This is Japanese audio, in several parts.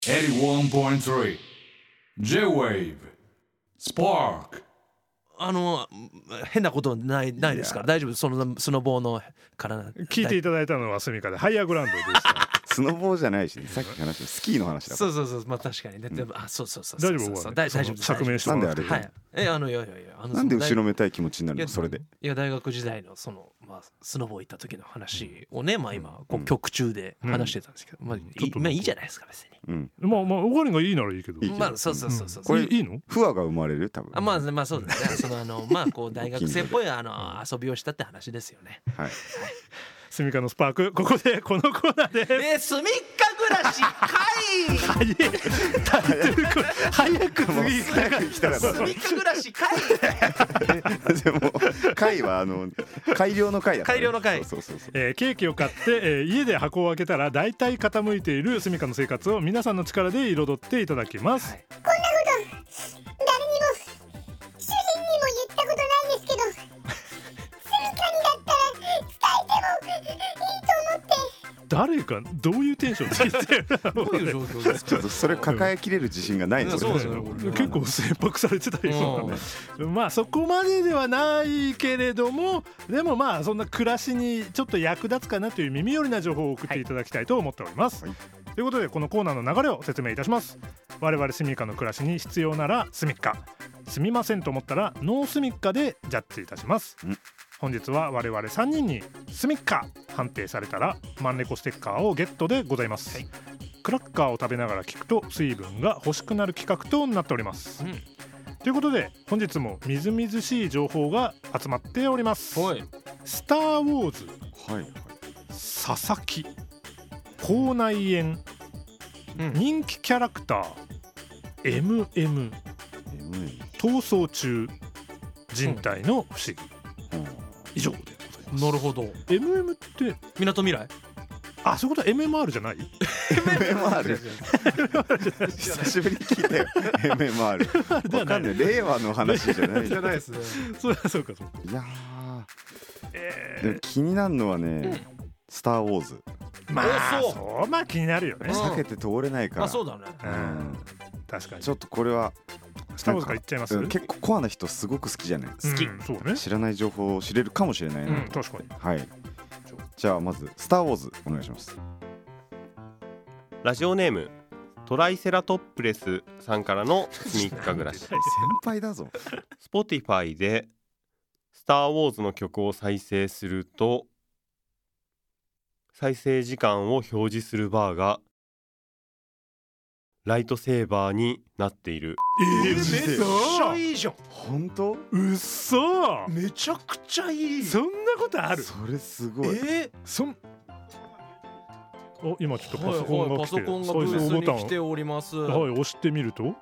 81.3 J-Wave Spark。 変なことないですから大丈夫。そのスノボーのから聞いていただいたのはスミカでハイヤーグラウンドでしたスノボーじゃないし、ね、さっき話したスキーの話だから。 そうまあ確かにね、でもそう大丈夫大丈夫釈明してもらって。 なんであれ、 はい、いやなんで後ろめたい気持ちになるのそれで。 いや大学時代のスノボ行った時の話をね、今こう曲中で話してたんですけど、まあいいじゃないですか別に。 まあお金がいいならいいけど。 まあそうこれいいの？ 不和が生まれる多分。 まあそうですね。まあこう大学生っぽい遊びをしたって話ですよね。 はい。 スミカのスパーク、ここでこのコーナーでスミッカ暮らしかい早く次行きたかった。 スミッカ暮らしかいでも貝は改良の貝だから、ね、 改良の貝。 そうケーキを買って、家で箱を開けたら大体傾いているスミカの生活を皆さんの力で彩っていただきます、 はい、 こんなこと誰にも主人にも言ったことないんですけど、スミカにだったら伝えてもいいと思って。 誰かどういうテンションで言ってるどういう状況ですか？ ちょっとそれ抱えきれる自信がないんですよ。 そうですよね。 結構切迫されてたよね。まあそこまでではないけれども、でもまあそんな暮らしにちょっと役立つかなという耳寄りな情報を送っていただきたいと思っております、はい、ということでこのコーナーの流れを説明いたします。我々スミカの暮らしに必要ならスミッカ、すみませんと思ったらノースミッカでジャッジいたします。本日は我々3人にスミッカ判定されたらマンネコステッカーをゲットでございます、はい、クラッカーを食べながら聞くと水分が欲しくなる企画となっております、ということで本日もみずみずしい情報が集まっております、はい、スター・ウォーズ、はい、佐々木、口内炎、人気キャラクター MM、逃走中、人体の不思議、以上でございます。 なるほど。 MM ってみなとみらい？ あ、そういうことは MMR じゃない？ MMR 久しぶりに聞いたよ。MMR わかんない。令和の話じゃないじゃないですね。 そうか。 いやでも気になるのはね、スター・ウォーズ。 まあ気になるよね。 避けて通れないから。 そうだね。 確かに。 ちょっとこれはスター・ウォーズから言っちゃいます。 結構コアな人すごく好きじゃない？ 好き。 そうね。 知らない情報を知れるかもしれないな。 確かに。 はい。じゃあまずスター・ウォーズお願いします。 ラジオネームトライセラトップレスさんからのスミッカ暮らし。 先輩だぞ。 Spotify でスター・ウォーズの曲を再生すると再生時間を表示するバーがライトセーバーになっている。 めっちゃいいじゃん。 本当？ うっそ。 めちゃくちゃいい。 そんなことある？ それすごい。 今ちょっとパソコンが来て、 ブースに来ております。 はい、押してみると、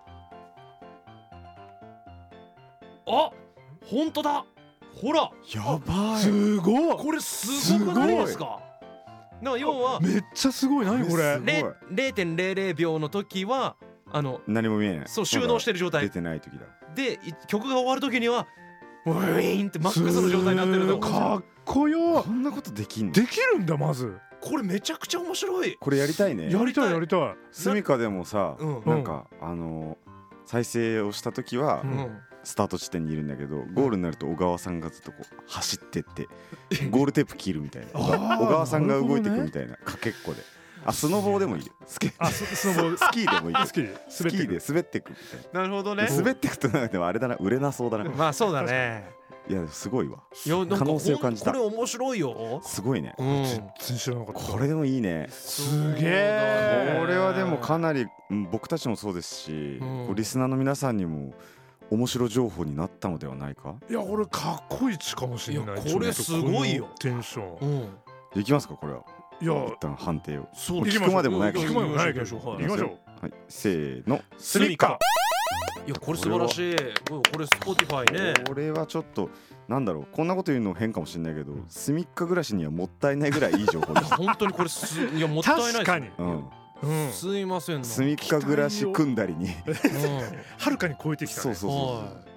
あ、本当だ。ほら、 やばい。 すごい。 これすごくないですか？要はめっちゃすごい。何これ。 0.00 秒の時は何も見えない。 そう、収納してる状態。 出てない時だ。 で曲が終わる時にはウィーンってマックスの状態になってるの。 かっこよ。 こんなことできんだ。まずこれめちゃくちゃ面白い。 これやりたいね。 やりたい。 スミカでもさ、なんか再生をした時はスタート地点にいるんだけど、ゴールになると小川さんがずっとこう走ってってゴールテープ切るみたいな。小川さんが動いていくみたいなかけっこで。スノボーでもいいよ。スキーでもいい。スキーで滑っていくみたいな。 なるほどね。 滑っていくとなんかでもあれだな、売れなそうだな。 まあそうだね。 いやすごいわ。 可能性を感じた。 これ面白いよ。 すごいね。 全然知らなかった。 これでもいいね。 すげえ。 これはでもかなり僕たちもそうですし、リスナーの皆さんにも面白情報になったのではないか。 いや、これかっこいいかもしれない。 これすごいよ。 テンション。 いきますかこれは。 いや、 一旦判定を。 聞くまでもないけど。 聞くまでもないけど。行きましょう。 はい、せーの。 スミッカ。 いや、これ素晴らしい。これ Spotify ね。 これはちょっとなんだろう、こんなこと言うの変かもしれないけど、スミッカ暮らしにはもったいないぐらいいい情報です。 本当にこれいやもったいないです。 確かに。 すいません。 スミッカ暮らし組んだりにはるかに超えてきた。 そう。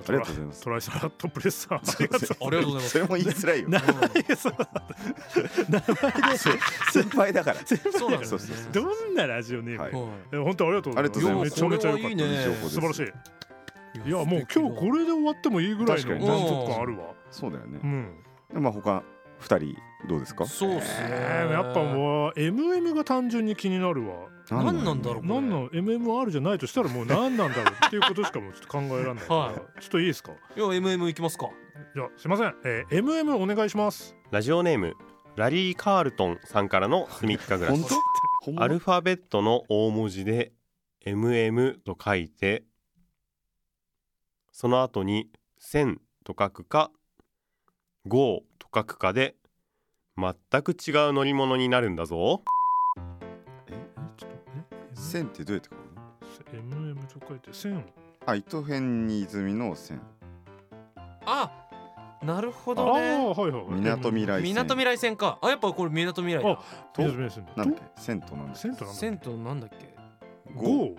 ありがとうございます。 トライセラトプレスさんありがとうありがとうございますそれも言いづらいよ。 名前そう名前で先輩だから。 そうなんですそうそうそう。 どんなラジオネーム、 はい本当ありがとうございます。 ありがとうございますめちゃめちゃ良かったこれはいいねいい情報です素晴らしい。いやもう今日これで終わってもいいぐらいの満確かに足感あるわ。 そうだよねう。ん。 まあ他2人どうですか？ そうっすねやっぱもう MM が単純に気になるわ。 何なんだろうこれ何の MMR じゃないとしたらもう何なんだろうっていうことしかもうちょっと考えられないから、 はいちょっといいですか。 いや MM いきますか。 じゃあすいません、MM お願いします。 ラジオネームラリー・カールトンさんからのすみっか暮らし。 本当？ほんまアルファベットの大文字で MM と書いて、その後に1000と書くか5と書くかで全く違う乗り物になるんだぞ。 ちょっと線ってどうやって書くの？ MM と書いて線。 あ、糸辺に泉の線。 あ、なるほあどね。 あはいはい。 みなとみらい線。 みなとみらい線か。あ、やっぱこれみなとみらいだ。 とみなとみらい線なんだっけ？線となんだっけ？ 線となんだ。 線となんだっけ。 5。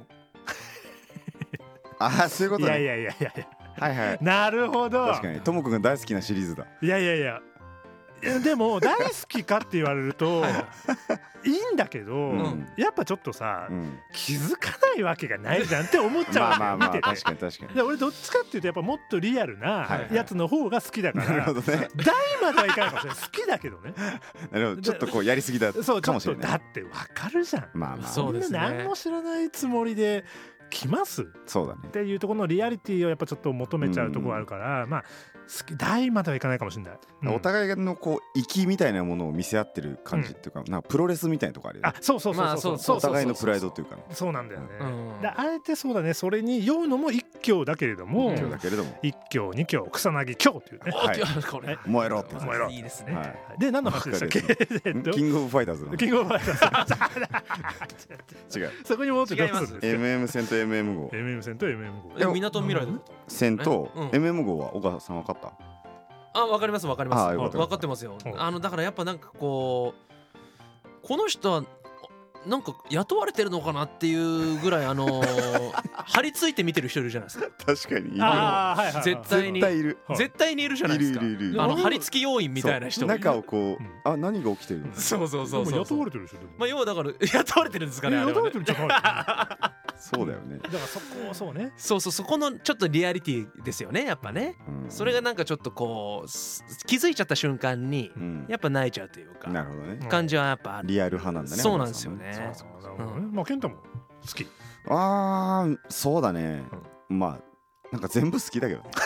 あ、そういうことね。 いやいやいやいやいや。 はいはい。 なるほど。 確かにともくんが大好きなシリーズだ。 いやいやいや。でも大好きかって言われるといいんだけど、 んやっぱちょっとさ、 うん。 気づかないわけがないじゃんって思っちゃうわけよ、 まあまあまあ見てて。 確かに確かに。 で俺どっちかっていうとやっぱもっとリアルなはいはいやつの方が好きだかなるら、 ほどね。 大まではいかないかもしれない。好きだけどね。 なるほど。ちょっとこうやりすぎだそうちょっとかもしれない。 だってわかるじゃん。 まあまあそうですねみんな何も知らないつもりで来ますっそうだね。 ていうところのリアリティをやっぱちょっと求めちゃうところがあるから、まあ好き大まではいかないかもしれない。うんお互いのこう息みたいなものを見せ合ってる感じっていうか、なんかプロレスみたいなとこあるよね。 あそうそうそうまあそうそうお互いのプライドっていうか、 そうなんだよね。 うんであえてそうだね、それに酔うのも一興だけれども、 うん今日だけれども、 一興二興草薙興っていうね。 はいこれ。 燃えろってやつ。 燃えろいいですね。 はいで何の話でしたっけ？ キングオブファイターズのキングオブファイターズ。 違う。 そこに戻って違いますどうする MM 線と MM 号。 MM 線と MM 号。 でもみなとみらいだった。 線とうん MM 号は小川さん分かった？ あ、わかりますわかります。 あよかった分かってますようん。 だからやっぱなんかこうこの人はなんか雇われてるのかなっていうぐらい張り付いて見てる人いるじゃないですか。 確かにいるよ。 ああはいはいはい。 絶対に絶対いる。 はい絶対にいるじゃないですか。 いるいるいる張り付き要員みたいな人そう中をこう、 うんあ、何が起きてるの？ そうそうそうでもそう。 雇われてるでしょ。でもまあ要はだから雇われてるんですかね。あれ雇わはねれてるじゃない。 そうだよね。 だからそこをそうね。 そうそう、そこのちょっとリアリティですよね、やっぱね。 うんそれがなんかちょっとこう気づいちゃった瞬間にうんやっぱ泣いちゃうというかなるほどね。 感じはやっぱある。 リアル派なんだね。 そうなんですよね小川さんはなるほどね。まあ健太も好き。 あー、そうだね。まあなんか全部好きだけどね。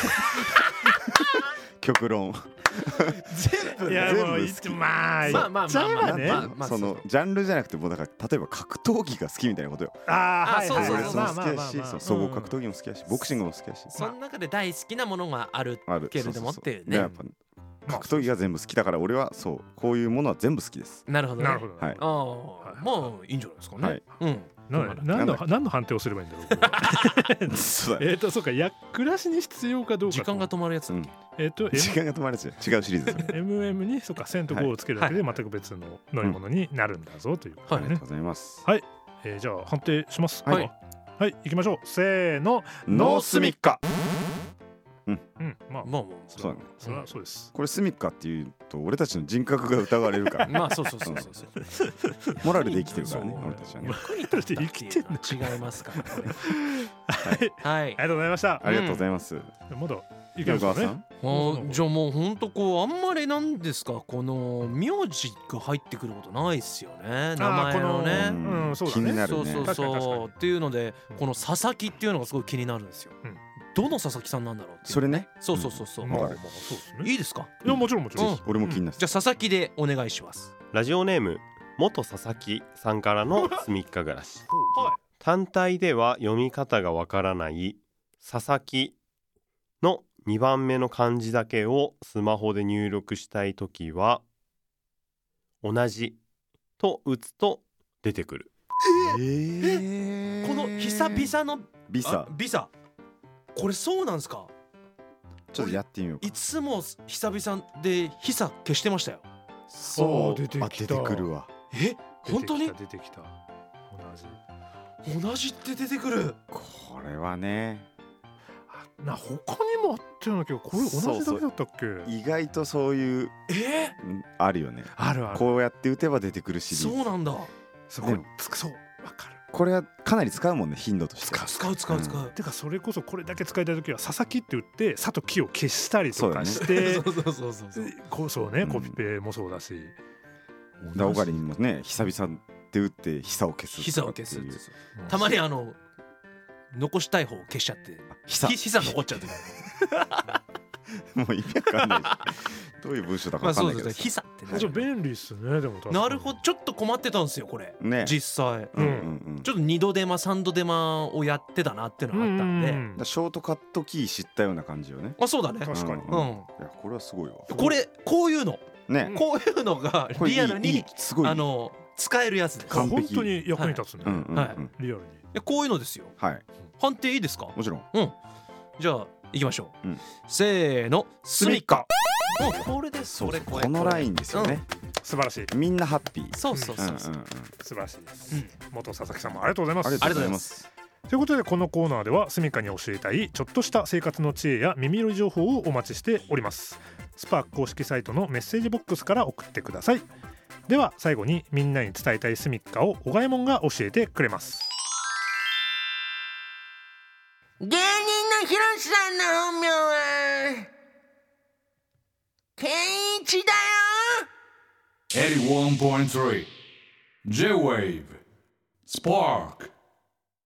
極論。 いや全部もう好きまあまあまあ言っちゃえばまあね。 そのジャンルじゃなくてもうだから例えば格闘技が好きみたいなことよ。 ああはいはいはい。 そうそうそうプロレスも好きだし、そう総合格闘技も好きだし、ボクシングも好きだし。 その中で大好きなものがあるあるけれどもっていうねでやっぱ格闘技が全部好きだから俺はそうこういうものは全部好きです。 なるほどね。 なるほど。 はい。 ああ、まあいいんじゃないですかね。 はい。 うん。 何の判定をすればいいんだろうこれ。 そうだね。 そうか暮らしに必要かどうか。 時間が止まるやつ。 うん M- 時間が止まるやつ違うシリーズですね。 MM にそうか線と5をつけるだけで全く別の乗り物になるんだぞということでねありがとう。ございます。 じゃあ判定します。 はいはい行きましょう。せーの。 ノースミッカ。 うんまあまあまあそうだね。 それはそうです。 これスミッカっていうと俺たちの人格が疑われるから。 まあそうそうそうそう。 モラルで生きてるからねそう俺たちはね。 役に立ったっていうのは違いますからね。はいあり。がとうございました。 ありがとうございます。 まだいけますかね。 小川さん。 じゃあもうほんとこうあんまりなんですかこの名字が入ってくることないっすよね名前のうね。 んそうだね気になるね。 そうそう確かに確かにそうっていうのでこの佐々木っていうのがすごい気になるんですようん。 どの佐々木さんなんだろうっていうそれね。 そうそうそうそう。 まあまあそうですね。 いいですか。 いやもちろんもちろん。 うん俺も気になる。 じゃあ佐々木でお願いします。 ラジオネーム元佐々木さんからのすみっか暮らし。 はい。 単体では読み方がわからない佐々木の2番目の漢字だけをスマホで入力したいときは同じと打つと出てくる。 この久々のビサビザこれそうなんですか。 ちょっとやってみようか。 いつも久々でヒサ消してましたよ。 そう出てきたあ出てくるわ。 え本当に出てきた。同じ。 同じって出てくる。 これはね。 他にもあったような気が、これ同じだけだったっけ？ 意外とそういうあるよね。 あるある。 こうやって打てば出てくるシリーズ。 そうなんだ。 そうでもそうわかる。 これはかなり使うもんね、頻度として。 使う。 てかそれこそこれだけ使いたい時は佐々木って打って佐と木を消したりとかしそて、 うそうね、コピペもそうだし、 オガリンもね、久々って打って久を消す。 膝を消す。たまに残したい方を消しちゃって膝残っちゃうともう意味わかんない。どういう文章だかわかんないけど。 膝ってなじゃあ便利っすね。でも確かになるほど。ちょっと困ってたんですよこれ、 ね、 実際。 うんちょっと2度手間3度手間をやってたなっていうのがあったんで、 だからショートカットキー知ったような感じよね。 あ、そうだね。 確かに。 いや、これはすごいわ。 こういうのね、 こういうのがこれリアルにすごい使えるやつです。 本当に役に立つね。リアルに。 こういうのですよ。 はい。 判定いいですか？ もちろん。 じゃあ行きましょう。 うん、 せーの、スミカ。もうこれです。 そう、このラインですよね。 素晴らしい。 みんなハッピー。 そう。 素晴らしいです。元佐々木さんもありがとうございます。 ありがとうございます。 ということでこのコーナーではスミカに教えたいちょっとした生活の知恵や耳寄り情報をお待ちしております。スパーク公式サイトのメッセージボックスから送ってください。では最後にみんなに伝えたいスミカを小賀右衛門が教えてくれます。 芸人のヒロシさんの本名はケンイチだよ。 81.3 J-Wave Spark